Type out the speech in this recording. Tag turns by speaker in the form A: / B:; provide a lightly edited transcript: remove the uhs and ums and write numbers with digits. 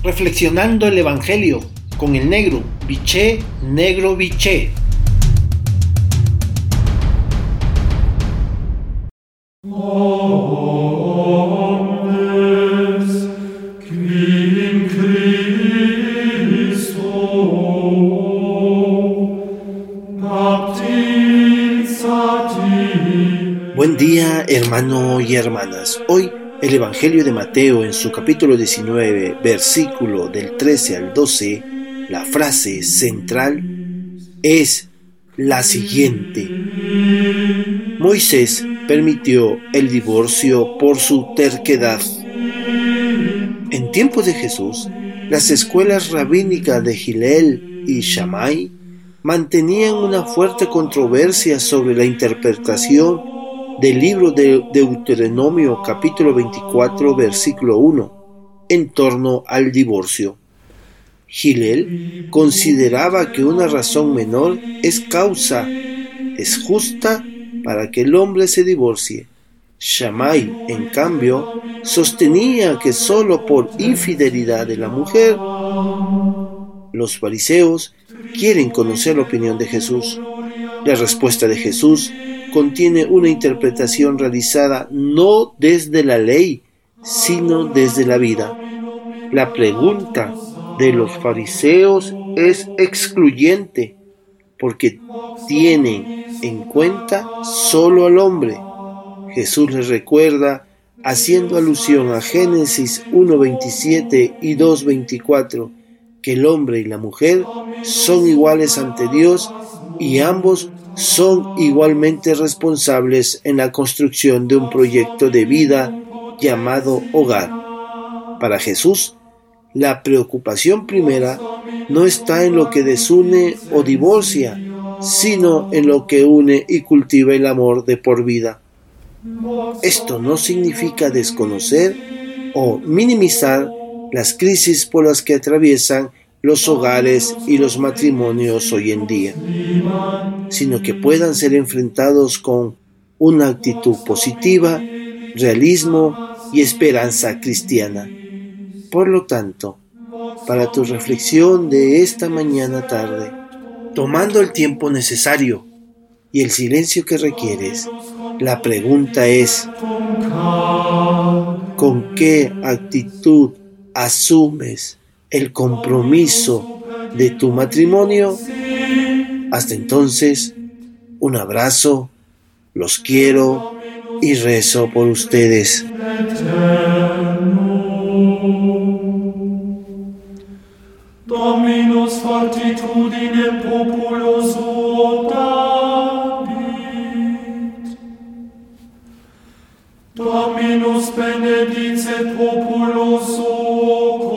A: Reflexionando el Evangelio con el negro, biché, negro, biché.
B: Omnes qui in Christo baptizati.
A: Buen día, hermano y hermanas. Hoy el Evangelio de Mateo en su capítulo 19, versículo del 13 al 12, la frase central es la siguiente: Moisés permitió el divorcio por su terquedad. En tiempos de Jesús, las escuelas rabínicas de Hillel y Shammai mantenían una fuerte controversia sobre la interpretación del libro de Deuteronomio capítulo 24 versículo 1 en torno al divorcio. Hillel consideraba que una razón menor es justa para que el hombre se divorcie. Shammai, en cambio, sostenía que solo por infidelidad de la mujer. Los fariseos quieren conocer la opinión de Jesús. La respuesta de Jesús contiene una interpretación realizada no desde la ley, sino desde la vida. La pregunta de los fariseos es excluyente porque tienen en cuenta solo al hombre. Jesús les recuerda, haciendo alusión a Génesis 1:27 y 2:24, que el hombre y la mujer son iguales ante Dios y ambos son igualmente responsables en la construcción de un proyecto de vida llamado hogar. Para Jesús, la preocupación primera no está en lo que desune o divorcia, sino en lo que une y cultiva el amor de por vida. Esto no significa desconocer o minimizar las crisis por las que atraviesan los hogares y los matrimonios hoy en día, sino que puedan ser enfrentados con una actitud positiva, realismo y esperanza cristiana. Por lo tanto, para tu reflexión de esta mañana tarde, tomando el tiempo necesario y el silencio que requieres, la pregunta es: ¿con qué actitud asumes el compromiso de tu matrimonio? Hasta entonces, un abrazo, los quiero y rezo por ustedes.
B: Dominus fortitudine populo suo dabit. Dominus benedicet populo suo